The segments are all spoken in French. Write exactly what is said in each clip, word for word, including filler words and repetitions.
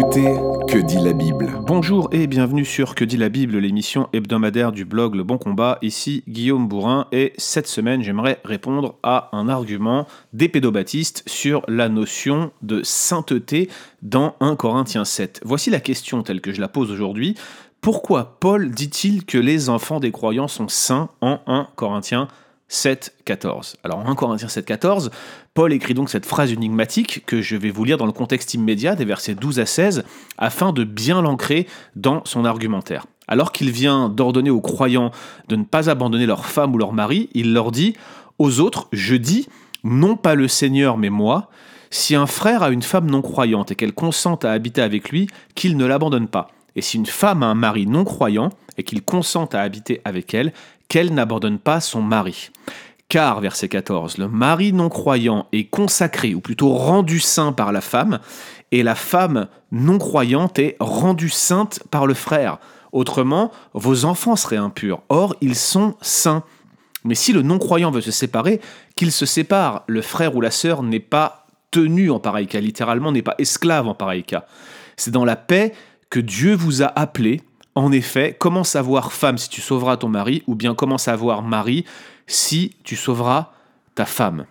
écoutez Que dit la Bible ? Bonjour et bienvenue sur Que dit la Bible, l'émission hebdomadaire du blog Le Bon Combat. Ici Guillaume Bourrin et cette semaine j'aimerais répondre à un argument des pédobaptistes sur la notion de sainteté dans premier Corinthiens sept. Voici la question telle que je la pose aujourd'hui. Pourquoi Paul dit-il que les enfants des croyants sont saints en premier Corinthiens sept, quatorze. Alors en premier Corinthiens sept, quatorze, Paul écrit donc cette phrase énigmatique que je vais vous lire dans le contexte immédiat des versets douze à seize afin de bien l'ancrer dans son argumentaire. Alors qu'il vient d'ordonner aux croyants de ne pas abandonner leur femme ou leur mari, il leur dit « Aux autres, je dis, non pas le Seigneur mais moi, si un frère a une femme non croyante et qu'elle consente à habiter avec lui, qu'il ne l'abandonne pas. Et si une femme a un mari non croyant et qu'il consente à habiter avec elle, qu'elle n'abandonne pas son mari. Car, verset quatorze, le mari non-croyant est consacré, ou plutôt rendu saint par la femme, et la femme non-croyante est rendue sainte par le frère. Autrement, vos enfants seraient impurs. Or, ils sont saints. Mais si le non-croyant veut se séparer, qu'il se sépare. Le frère ou la sœur n'est pas tenu en pareil cas, littéralement, n'est pas esclave en pareil cas. C'est dans la paix que Dieu vous a appelés. En effet, comment savoir femme si tu sauveras ton mari, ou bien comment savoir mari si tu sauveras ta femme.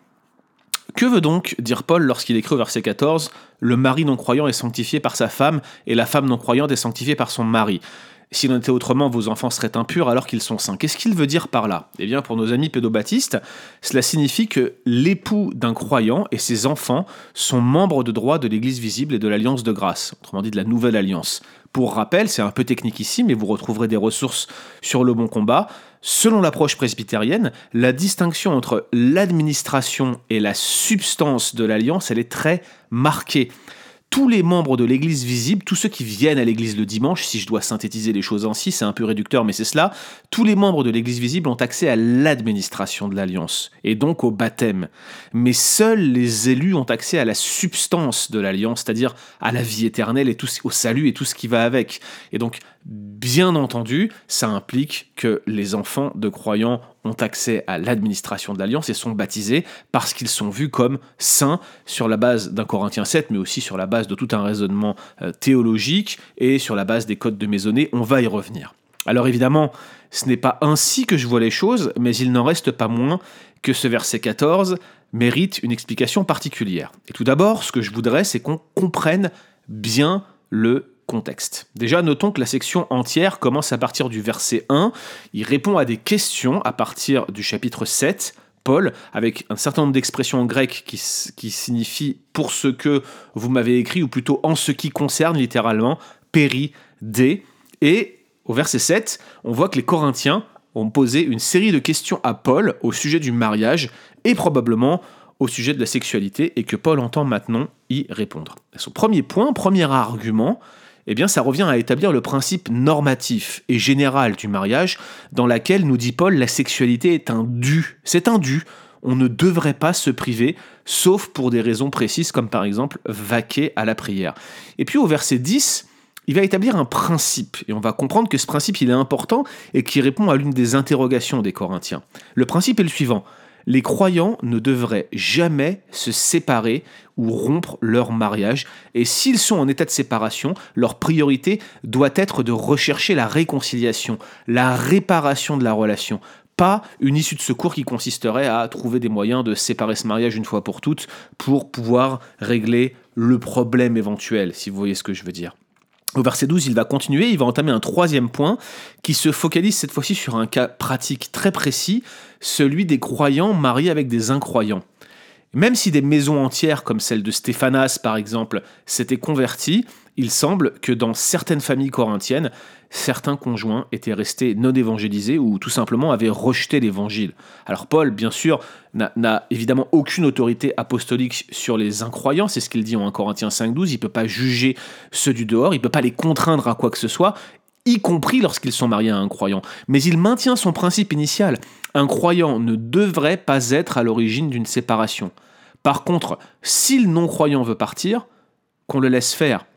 Que veut donc dire Paul lorsqu'il écrit au verset quatorze « Le mari non-croyant est sanctifié par sa femme, et la femme non-croyante est sanctifiée par son mari ». S'il en était autrement, vos enfants seraient impurs alors qu'ils sont saints. Qu'est-ce qu'il veut dire par là ? Eh bien, pour nos amis pédobaptistes, cela signifie que l'époux d'un croyant et ses enfants sont membres de droit de l'Église visible et de l'Alliance de grâce, autrement dit de la Nouvelle Alliance. Pour rappel, c'est un peu technique ici, mais vous retrouverez des ressources sur le Bon Combat. Selon l'approche presbytérienne, la distinction entre l'administration et la substance de l'Alliance, elle est très marquée. Tous les membres de l'Église visible, tous ceux qui viennent à l'Église le dimanche, si je dois synthétiser les choses ainsi, c'est un peu réducteur, mais c'est cela, tous les membres de l'Église visible ont accès à l'administration de l'Alliance, et donc au baptême. Mais seuls les élus ont accès à la substance de l'Alliance, c'est-à-dire à la vie éternelle, et tout, au salut et tout ce qui va avec. Et donc, bien entendu, ça implique que les enfants de croyants ont accès à l'administration de l'Alliance et sont baptisés parce qu'ils sont vus comme saints sur la base d'un Corinthiens sept, mais aussi sur la base de tout un raisonnement euh, théologique et sur la base des codes de Maisonnée. On va y revenir. Alors évidemment, ce n'est pas ainsi que je vois les choses, mais il n'en reste pas moins que ce verset quatorze mérite une explication particulière. Et tout d'abord, ce que je voudrais, c'est qu'on comprenne bien le contexte. Déjà, notons que la section entière commence à partir du verset un. Il répond à des questions à partir du chapitre sept, Paul, avec un certain nombre d'expressions en grec qui, qui signifient « pour ce que vous m'avez écrit » ou plutôt « en ce qui concerne » littéralement, « péri, dé ». Et au verset sept, on voit que les Corinthiens ont posé une série de questions à Paul au sujet du mariage et probablement au sujet de la sexualité et que Paul entend maintenant y répondre. Son premier point, premier argument, eh bien, ça revient à établir le principe normatif et général du mariage dans lequel, nous dit Paul, la sexualité est un dû. C'est un dû. On ne devrait pas se priver, sauf pour des raisons précises, comme par exemple vaquer à la prière. Et puis au verset dix, il va établir un principe, et on va comprendre que ce principe, il est important et qui répond à l'une des interrogations des Corinthiens. Le principe est le suivant. Les croyants ne devraient jamais se séparer ou rompre leur mariage, et s'ils sont en état de séparation, leur priorité doit être de rechercher la réconciliation, la réparation de la relation, pas une issue de secours qui consisterait à trouver des moyens de séparer ce mariage une fois pour toutes pour pouvoir régler le problème éventuel, si vous voyez ce que je veux dire. Au verset douze, il va continuer, il va entamer un troisième point qui se focalise cette fois-ci sur un cas pratique très précis, celui des croyants mariés avec des incroyants. Même si des maisons entières, comme celle de Stéphanas par exemple, s'étaient converties, il semble que dans certaines familles corinthiennes, certains conjoints étaient restés non évangélisés ou tout simplement avaient rejeté l'évangile. Alors Paul, bien sûr, n'a, n'a évidemment aucune autorité apostolique sur les incroyants, c'est ce qu'il dit en premier Corinthiens cinq douze, il ne peut pas juger ceux du dehors, il ne peut pas les contraindre à quoi que ce soit, y compris lorsqu'ils sont mariés à un croyant. Mais il maintient son principe initial. Un croyant ne devrait pas être à l'origine d'une séparation. Par contre, si le non-croyant veut partir, qu'on le laisse faire.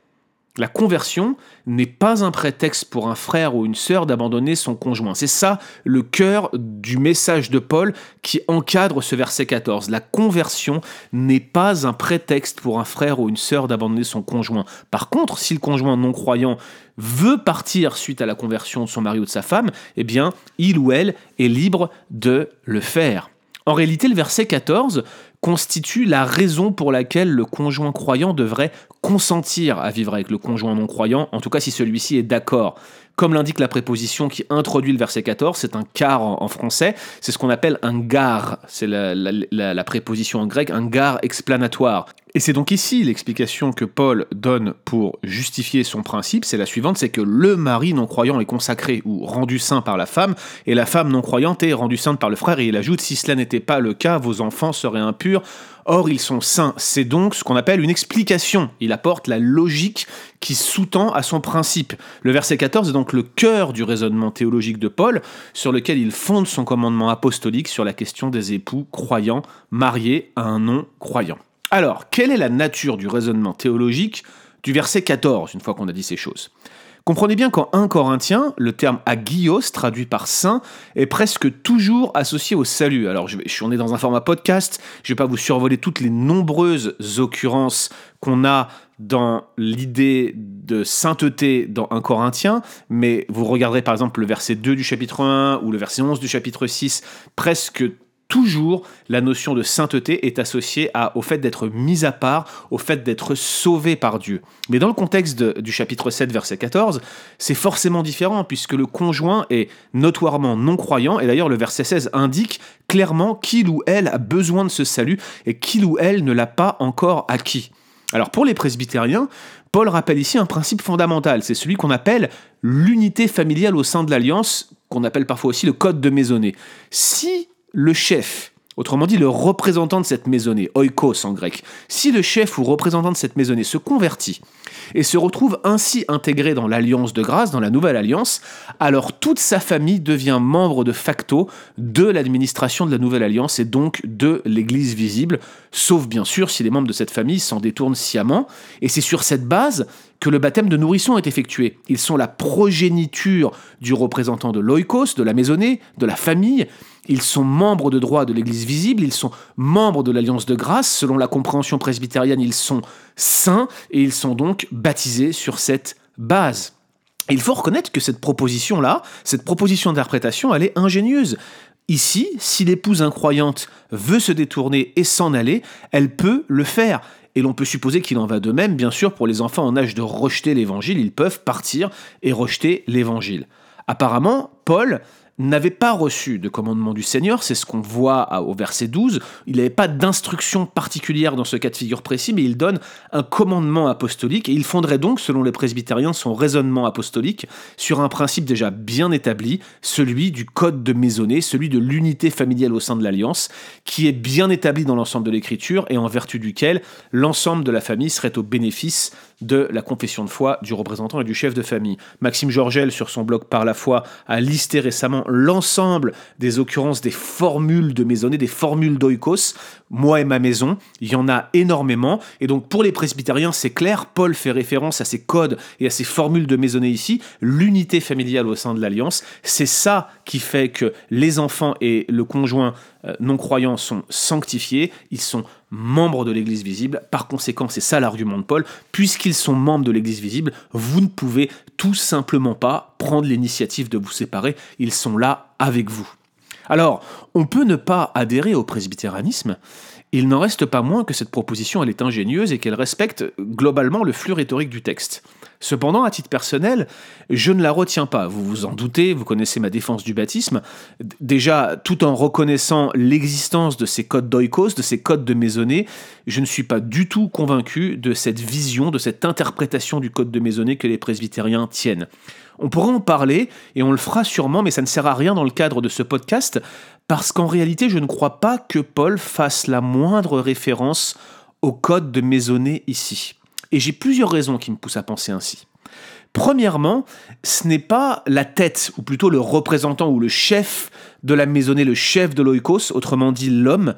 La conversion n'est pas un prétexte pour un frère ou une sœur d'abandonner son conjoint. C'est ça le cœur du message de Paul qui encadre ce verset quatorze. La conversion n'est pas un prétexte pour un frère ou une sœur d'abandonner son conjoint. Par contre, si le conjoint non-croyant veut partir suite à la conversion de son mari ou de sa femme, eh bien, il ou elle est libre de le faire. En réalité, le verset quatorze constitue la raison pour laquelle le conjoint croyant devrait consentir à vivre avec le conjoint non-croyant, en tout cas si celui-ci est d'accord. Comme l'indique la préposition qui introduit le verset quatorze, c'est un car en, en français, c'est ce qu'on appelle un gar, c'est la, la, la, la préposition en grec, un gar explanatoire. Et c'est donc ici l'explication que Paul donne pour justifier son principe, c'est la suivante, c'est que le mari non-croyant est consacré ou rendu saint par la femme, et la femme non-croyante est rendue sainte par le frère, et il ajoute, si cela n'était pas le cas, vos enfants seraient impurs, or ils sont saints. C'est donc ce qu'on appelle une explication. Il apporte la logique qui sous-tend à son principe. Le verset quatorze est donc le cœur du raisonnement théologique de Paul, sur lequel il fonde son commandement apostolique sur la question des époux croyants mariés à un non-croyant. Alors, quelle est la nature du raisonnement théologique du verset quatorze, une fois qu'on a dit ces choses ? Comprenez bien qu'en premier Corinthiens, le terme agios, traduit par saint, est presque toujours associé au salut. Alors, je, vais, je suis, on est dans un format podcast, je ne vais pas vous survoler toutes les nombreuses occurrences qu'on a dans l'idée de sainteté dans premier Corinthiens, mais vous regarderez par exemple le verset deux du chapitre un ou le verset onze du chapitre six, presque toujours, la notion de sainteté est associée à, au fait d'être mis à part, au fait d'être sauvé par Dieu. Mais dans le contexte de, du chapitre sept, verset quatorze, c'est forcément différent, puisque le conjoint est notoirement non-croyant, et d'ailleurs le verset seize indique clairement qu'il ou elle a besoin de ce salut, et qu'il ou elle ne l'a pas encore acquis. Alors pour les presbytériens, Paul rappelle ici un principe fondamental, c'est celui qu'on appelle l'unité familiale au sein de l'alliance, qu'on appelle parfois aussi le code de maisonnée. Si le chef, autrement dit le représentant de cette maisonnée, oikos en grec, si le chef ou représentant de cette maisonnée se convertit et se retrouve ainsi intégré dans l'alliance de grâce, dans la nouvelle alliance, alors toute sa famille devient membre de facto de l'administration de la nouvelle alliance et donc de l'Église visible, sauf bien sûr si les membres de cette famille s'en détournent sciemment, et c'est sur cette base que le baptême de nourrisson est effectué. Ils sont la progéniture du représentant de l'oikos, de la maisonnée, de la famille. Ils sont membres de droit de l'Église visible, ils sont membres de l'Alliance de grâce. Selon la compréhension presbytérienne, ils sont saints et ils sont donc baptisés sur cette base. Et il faut reconnaître que cette proposition-là, cette proposition d'interprétation, elle est ingénieuse. Ici, si l'épouse incroyante veut se détourner et s'en aller, elle peut le faire. Et l'on peut supposer qu'il en va de même, bien sûr, pour les enfants en âge de rejeter l'évangile, ils peuvent partir et rejeter l'évangile. Apparemment, Paul n'avait pas reçu de commandement du Seigneur, c'est ce qu'on voit au verset douze, il n'avait pas d'instruction particulière dans ce cas de figure précis, mais il donne un commandement apostolique, et il fonderait donc, selon les presbytériens, son raisonnement apostolique sur un principe déjà bien établi, celui du code de maisonnée, celui de l'unité familiale au sein de l'Alliance, qui est bien établi dans l'ensemble de l'Écriture, et en vertu duquel l'ensemble de la famille serait au bénéfice de la confession de foi du représentant et du chef de famille. Maxime Georgel, sur son blog Par la foi, a listé récemment l'ensemble des occurrences des formules de maisonnée, des formules d'oikos, moi et ma maison, il y en a énormément, et donc pour les presbytériens, c'est clair, Paul fait référence à ces codes et à ces formules de maisonnée ici, l'unité familiale au sein de l'Alliance, c'est ça qui fait que les enfants et le conjoint euh, non-croyants sont sanctifiés, ils sont membres de l'Église visible, par conséquent c'est ça l'argument de Paul, puisqu'ils sont membres de l'Église visible, vous ne pouvez tout simplement pas prendre l'initiative de vous séparer, ils sont là avec vous. Alors, on peut ne pas adhérer au presbytéranisme, il n'en reste pas moins que cette proposition elle est ingénieuse et qu'elle respecte globalement le flux rhétorique du texte. Cependant, à titre personnel, je ne la retiens pas. Vous vous en doutez, vous connaissez ma défense du baptisme. Déjà, tout en reconnaissant l'existence de ces codes d'oikos, de ces codes de maisonnée, je ne suis pas du tout convaincu de cette vision, de cette interprétation du code de maisonnée que les presbytériens tiennent. On pourra en parler, et on le fera sûrement, mais ça ne sert à rien dans le cadre de ce podcast, parce qu'en réalité, je ne crois pas que Paul fasse la moindre référence au code de maisonnée ici. Et j'ai plusieurs raisons qui me poussent à penser ainsi. Premièrement, ce n'est pas la tête, ou plutôt le représentant ou le chef de la maisonnée, le chef de l'oikos, autrement dit l'homme,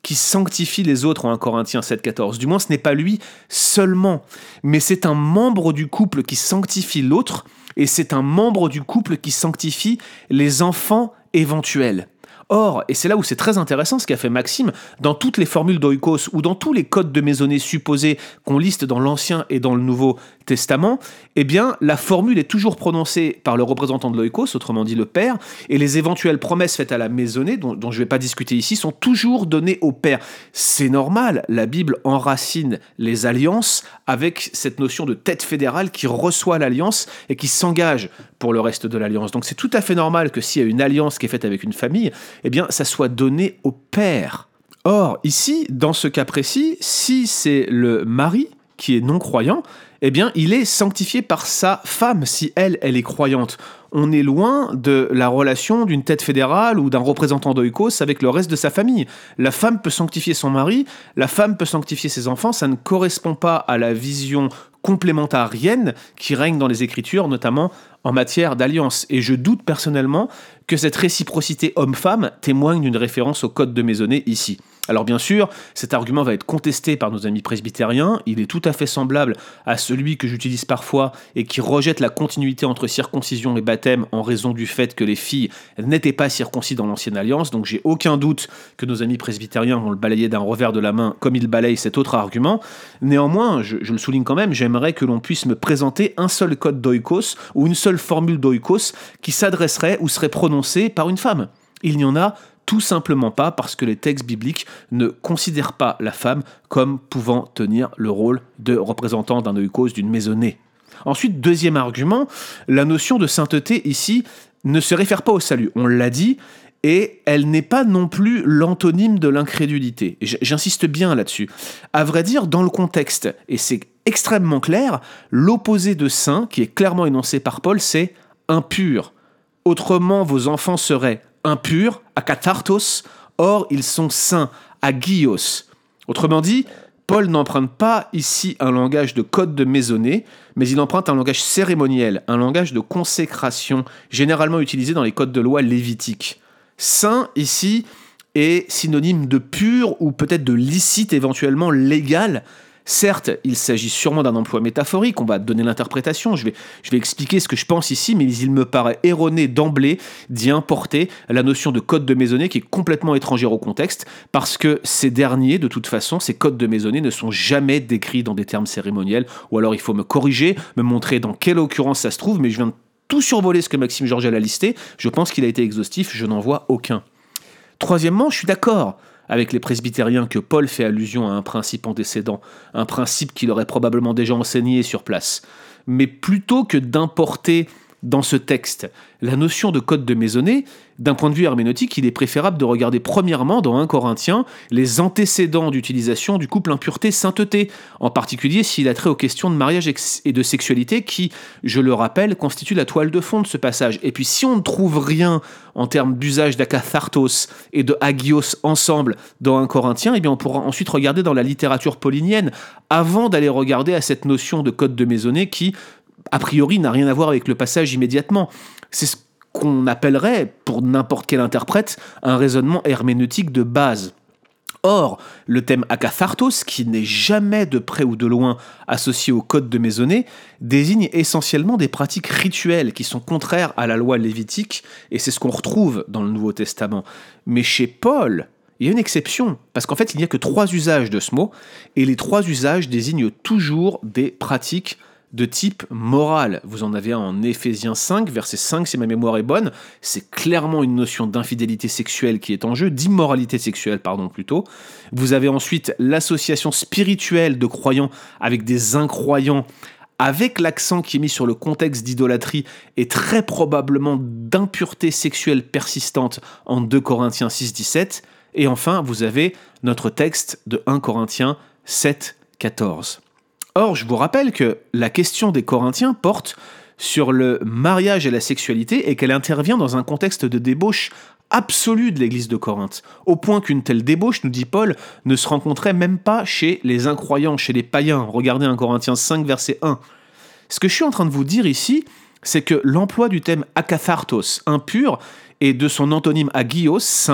qui sanctifie les autres en un Corinthiens sept quatorze. Du moins, ce n'est pas lui seulement, mais c'est un membre du couple qui sanctifie l'autre, et c'est un membre du couple qui sanctifie les enfants éventuels. Or, et c'est là où c'est très intéressant ce qu'a fait Maxime, dans toutes les formules d'oikos ou dans tous les codes de maisonnée supposés qu'on liste dans l'Ancien et dans le Nouveau Testament, eh bien, la formule est toujours prononcée par le représentant de l'oikos, autrement dit le père, et les éventuelles promesses faites à la maisonnée, dont, dont je ne vais pas discuter ici, sont toujours données au père. C'est normal, la Bible enracine les alliances avec cette notion de tête fédérale qui reçoit l'alliance et qui s'engage pour le reste de l'alliance. Donc c'est tout à fait normal que s'il y a une alliance qui est faite avec une famille, eh bien, ça soit donné au père. Or, ici, dans ce cas précis, si c'est le mari qui est non-croyant, eh bien, il est sanctifié par sa femme, si elle, elle est croyante. On est loin de la relation d'une tête fédérale ou d'un représentant d'oikos avec le reste de sa famille. La femme peut sanctifier son mari, la femme peut sanctifier ses enfants, ça ne correspond pas à la vision complémentarienne qui règne dans les Écritures, notamment en matière d'alliance. Et je doute personnellement que cette réciprocité homme-femme témoigne d'une référence au code de maisonnée ici. Alors bien sûr, cet argument va être contesté par nos amis presbytériens, il est tout à fait semblable à celui que j'utilise parfois et qui rejette la continuité entre circoncision et baptême en raison du fait que les filles n'étaient pas circoncis dans l'ancienne alliance, donc j'ai aucun doute que nos amis presbytériens vont le balayer d'un revers de la main comme ils balayent cet autre argument. Néanmoins, je, je le souligne quand même, j'aimerais que l'on puisse me présenter un seul code d'oikos ou une seule formule d'oikos qui s'adresserait ou serait prononcée par une femme. Il n'y en a tout simplement pas parce que les textes bibliques ne considèrent pas la femme comme pouvant tenir le rôle de représentant d'un oikos, d'une maisonnée. Ensuite, deuxième argument, la notion de sainteté ici ne se réfère pas au salut. On l'a dit, et elle n'est pas non plus l'antonyme de l'incrédulité. Et j'insiste bien là-dessus. À vrai dire, dans le contexte, et c'est extrêmement clair, l'opposé de saint, qui est clairement énoncé par Paul, c'est impur. Autrement, vos enfants seraient impurs, akathartos, or ils sont saints, agios. Autrement dit, Paul n'emprunte pas ici un langage de code de maisonnée, mais il emprunte un langage cérémoniel, un langage de consécration, généralement utilisé dans les codes de loi lévitiques. Saint, ici, est synonyme de pur ou peut-être de licite, éventuellement légal. Certes, il s'agit sûrement d'un emploi métaphorique, on va donner l'interprétation, je vais, je vais expliquer ce que je pense ici, mais il me paraît erroné d'emblée d'y importer la notion de code de maisonnée qui est complètement étrangère au contexte, parce que ces derniers, de toute façon, ces codes de maisonnée ne sont jamais décrits dans des termes cérémoniels, ou alors il faut me corriger, me montrer dans quelle occurrence ça se trouve, mais je viens de tout survoler ce que Maxime Georgel a listé, je pense qu'il a été exhaustif, je n'en vois aucun. Troisièmement, je suis d'accord avec les presbytériens que Paul fait allusion à un principe antécédent, un principe qu'il aurait probablement déjà enseigné sur place. Mais plutôt que d'importer dans ce texte la notion de code de maisonnée, d'un point de vue herméneutique, il est préférable de regarder premièrement dans un Corinthiens les antécédents d'utilisation du couple impureté-sainteté, en particulier s'il a trait aux questions de mariage et de sexualité qui, je le rappelle, constituent la toile de fond de ce passage. Et puis si on ne trouve rien en termes d'usage d'akathartos et de agios ensemble dans un Corinthien, eh bien on pourra ensuite regarder dans la littérature paulinienne avant d'aller regarder à cette notion de code de maisonnée qui, a priori, n'a rien à voir avec le passage immédiatement. C'est ce qu'on appellerait, pour n'importe quel interprète, un raisonnement herméneutique de base. Or, le thème akathartos, qui n'est jamais de près ou de loin associé au code de maisonnée, désigne essentiellement des pratiques rituelles qui sont contraires à la loi lévitique, et c'est ce qu'on retrouve dans le Nouveau Testament. Mais chez Paul, il y a une exception, parce qu'en fait, il n'y a que trois usages de ce mot, et les trois usages désignent toujours des pratiques de type moral. Vous en avez un en Éphésiens cinq, verset cinq, si ma mémoire est bonne. C'est clairement une notion d'infidélité sexuelle qui est en jeu, d'immoralité sexuelle, pardon, plutôt. Vous avez ensuite l'association spirituelle de croyants avec des incroyants, avec l'accent qui est mis sur le contexte d'idolâtrie et très probablement d'impureté sexuelle persistante en deux Corinthiens six, dix-sept. Et enfin, vous avez notre texte de un Corinthiens sept, quatorze. Or, je vous rappelle que la question des Corinthiens porte sur le mariage et la sexualité et qu'elle intervient dans un contexte de débauche absolue de l'église de Corinthe, au point qu'une telle débauche, nous dit Paul, ne se rencontrait même pas chez les incroyants, chez les païens. Regardez un Corinthiens cinq, verset un. Ce que je suis en train de vous dire ici, c'est que l'emploi du thème akathartos, impur, et de son antonyme agios, saint,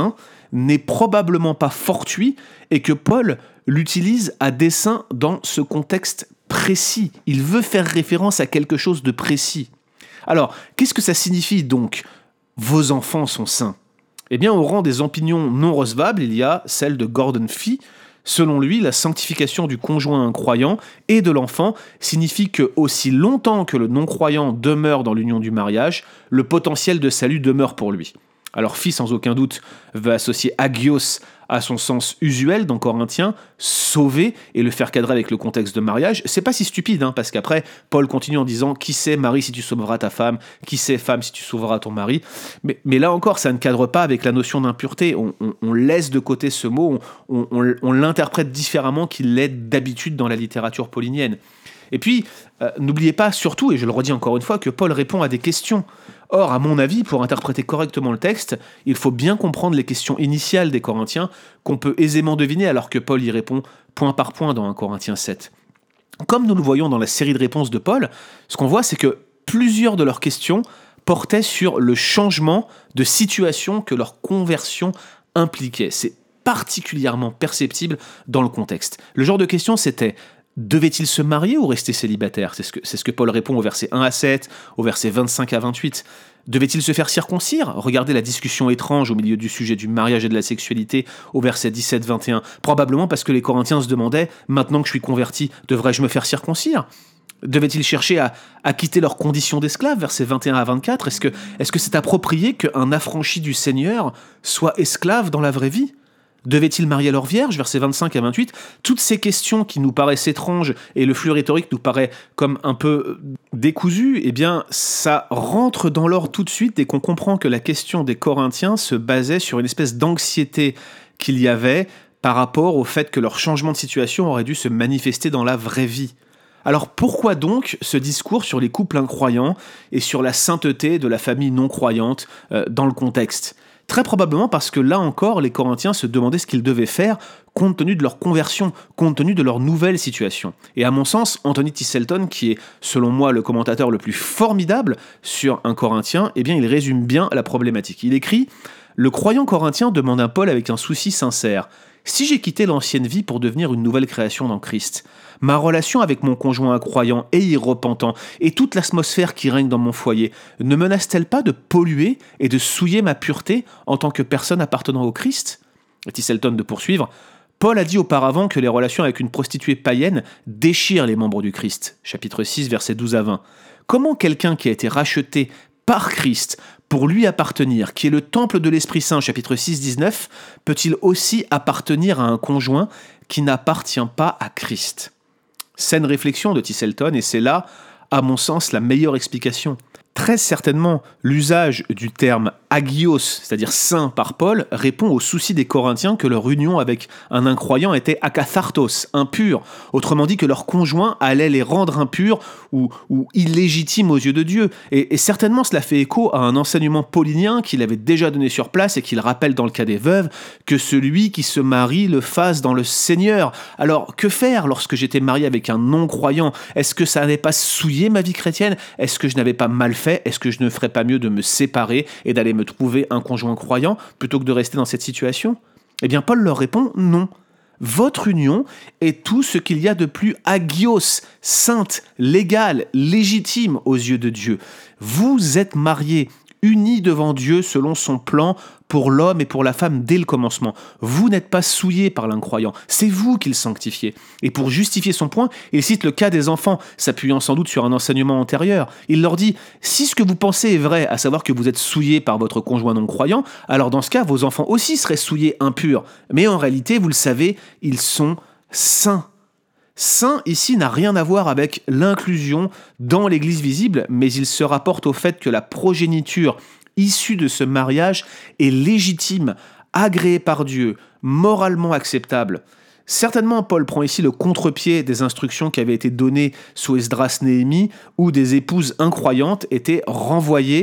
n'est probablement pas fortuit et que Paul l'utilise à dessein dans ce contexte précis. Il veut faire référence à quelque chose de précis. Alors, qu'est-ce que ça signifie donc « vos enfants sont saints » ? Eh bien, au rang des opinions non recevables, il y a celle de Gordon Fee. Selon lui, la sanctification du conjoint incroyant et de l'enfant signifie que aussi longtemps que le non-croyant demeure dans l'union du mariage, le potentiel de salut demeure pour lui. Alors Fee, sans aucun doute, veut associer agios à son sens usuel dans Corinthiens, sauver, et le faire cadrer avec le contexte de mariage. C'est pas si stupide, hein, parce qu'après, Paul continue en disant « Qui sait, Marie, si tu sauveras ta femme ? Qui sait, femme, si tu sauveras ton mari ?» mais, mais là encore, ça ne cadre pas avec la notion d'impureté. On, on, on laisse de côté ce mot, on, on, on l'interprète différemment qu'il l'est d'habitude dans la littérature paulinienne. Et puis, euh, n'oubliez pas surtout, et je le redis encore une fois, que Paul répond à des questions. Or, à mon avis, pour interpréter correctement le texte, il faut bien comprendre les questions initiales des Corinthiens qu'on peut aisément deviner alors que Paul y répond point par point dans un Corinthiens sept. Comme nous le voyons dans la série de réponses de Paul, ce qu'on voit, c'est que plusieurs de leurs questions portaient sur le changement de situation que leur conversion impliquait. C'est particulièrement perceptible dans le contexte. Le genre de question, c'était « Devait-il se marier ou rester célibataire ?» C'est ce que, c'est ce que Paul répond au verset un à sept, au verset vingt-cinq à vingt-huit. « Devait-il se faire circoncire ?» Regardez la discussion étrange au milieu du sujet du mariage et de la sexualité au verset dix-sept vingt et un. Probablement parce que les Corinthiens se demandaient « Maintenant que je suis converti, devrais-je me faire circoncire ?» Devaient-ils chercher à, à quitter leurs conditions d'esclaves, versets vingt et un à vingt-quatre ? Est-ce que, est-ce que c'est approprié qu'un affranchi du Seigneur soit esclave dans la vraie vie ? Devait-il marier leur vierge, versets vingt-cinq à vingt-huit ? Toutes ces questions qui nous paraissent étranges et le flux rhétorique nous paraît comme un peu décousu, eh bien, ça rentre dans l'ordre tout de suite dès qu'on comprend que la question des Corinthiens se basait sur une espèce d'anxiété qu'il y avait par rapport au fait que leur changement de situation aurait dû se manifester dans la vraie vie. Alors pourquoi donc ce discours sur les couples incroyants et sur la sainteté de la famille non croyante euh, dans le contexte ? Très probablement parce que là encore, les Corinthiens se demandaient ce qu'ils devaient faire compte tenu de leur conversion, compte tenu de leur nouvelle situation. Et à mon sens, Anthony Tisselton, qui est selon moi le commentateur le plus formidable sur un Corinthien, eh bien il résume bien la problématique. Il écrit « Le croyant corinthien demande à Paul avec un souci sincère « Si j'ai quitté l'ancienne vie pour devenir une nouvelle création dans Christ, ma relation avec mon conjoint incroyant et irrepentant et toute l'atmosphère qui règne dans mon foyer ne menace-t-elle pas de polluer et de souiller ma pureté en tant que personne appartenant au Christ ?» Tisselton de poursuivre. Paul a dit auparavant que les relations avec une prostituée païenne déchirent les membres du Christ. Chapitre six, versets douze à vingt. Comment quelqu'un qui a été racheté par Christ pour lui appartenir, qui est le temple de l'Esprit Saint, chapitre six, dix-neuf, peut-il aussi appartenir à un conjoint qui n'appartient pas à Christ ? Saine réflexion de Tisselton, et c'est là, à mon sens, la meilleure explication. Très certainement, l'usage du terme agios, c'est-à-dire saint par Paul, répond au souci des Corinthiens que leur union avec un incroyant était akathartos, impur. Autrement dit, que leur conjoint allait les rendre impurs ou, ou illégitimes aux yeux de Dieu. Et, et certainement, cela fait écho à un enseignement paulinien qu'il avait déjà donné sur place et qu'il rappelle dans le cas des veuves, que celui qui se marie le fasse dans le Seigneur. Alors, que faire lorsque j'étais marié avec un non-croyant ? Est-ce que ça n'avait pas souillé ma vie chrétienne ? Est-ce que je n'avais pas mal fait ? Est-ce que je ne ferais pas mieux de me séparer et d'aller me trouver un conjoint croyant plutôt que de rester dans cette situation ? Eh bien, Paul leur répond non. Votre union est tout ce qu'il y a de plus agios, sainte, légale, légitime aux yeux de Dieu. Vous êtes mariés, unis devant Dieu selon son plan pour l'homme et pour la femme dès le commencement. Vous n'êtes pas souillés par l'incroyant, c'est vous qui le sanctifiez. Et pour justifier son point, il cite le cas des enfants, s'appuyant sans doute sur un enseignement antérieur. Il leur dit « Si ce que vous pensez est vrai, à savoir que vous êtes souillés par votre conjoint non-croyant, alors dans ce cas, vos enfants aussi seraient souillés impurs. Mais en réalité, vous le savez, ils sont saints. » Saint, ici, n'a rien à voir avec l'inclusion dans l'Église visible, mais il se rapporte au fait que la progéniture issue de ce mariage est légitime, agréée par Dieu, moralement acceptable. Certainement, Paul prend ici le contre-pied des instructions qui avaient été données sous Esdras-Néhémie, où des épouses incroyantes étaient renvoyées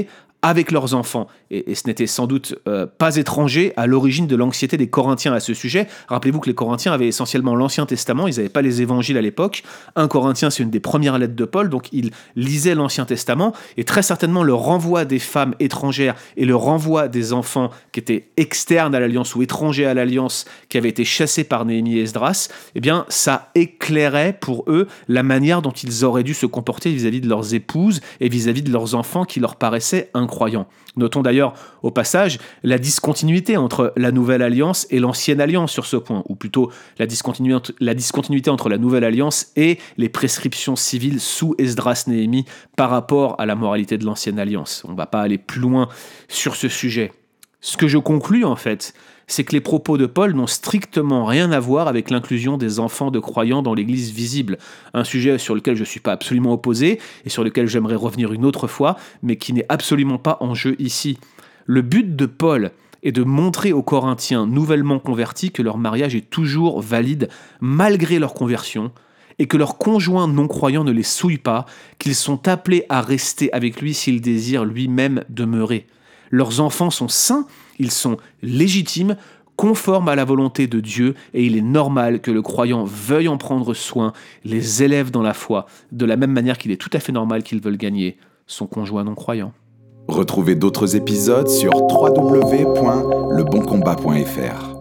avec leurs enfants. Et, et ce n'était sans doute euh, pas étranger à l'origine de l'anxiété des Corinthiens à ce sujet. Rappelez-vous que les Corinthiens avaient essentiellement l'Ancien Testament, ils n'avaient pas les évangiles à l'époque. un Corinthien, c'est une des premières lettres de Paul, donc ils lisaient l'Ancien Testament, et très certainement le renvoi des femmes étrangères et le renvoi des enfants qui étaient externes à l'Alliance ou étrangers à l'Alliance, qui avaient été chassés par Néhémie et Esdras, eh bien, ça éclairait pour eux la manière dont ils auraient dû se comporter vis-à-vis de leurs épouses et vis-à-vis de leurs enfants qui leur paraissaient incroyants. Notons d'ailleurs au passage la discontinuité entre la Nouvelle Alliance et l'Ancienne Alliance sur ce point, ou plutôt la discontinuité, la discontinuité entre la Nouvelle Alliance et les prescriptions civiles sous Esdras-Néhémie par rapport à la moralité de l'Ancienne Alliance. On ne va pas aller plus loin sur ce sujet. Ce que je conclus en fait, c'est que les propos de Paul n'ont strictement rien à voir avec l'inclusion des enfants de croyants dans l'Église visible, un sujet sur lequel je ne suis pas absolument opposé et sur lequel j'aimerais revenir une autre fois, mais qui n'est absolument pas en jeu ici. Le but de Paul est de montrer aux Corinthiens nouvellement convertis que leur mariage est toujours valide malgré leur conversion, et que leurs conjoints non-croyants ne les souillent pas, qu'ils sont appelés à rester avec lui s'ils désirent lui-même demeurer. Leurs enfants sont saints, ils sont légitimes, conformes à la volonté de Dieu, et il est normal que le croyant veuille en prendre soin, les élève dans la foi, de la même manière qu'il est tout à fait normal qu'ils veulent gagner son conjoint non-croyant. Retrouvez d'autres épisodes sur w w w point le bon combat point f r.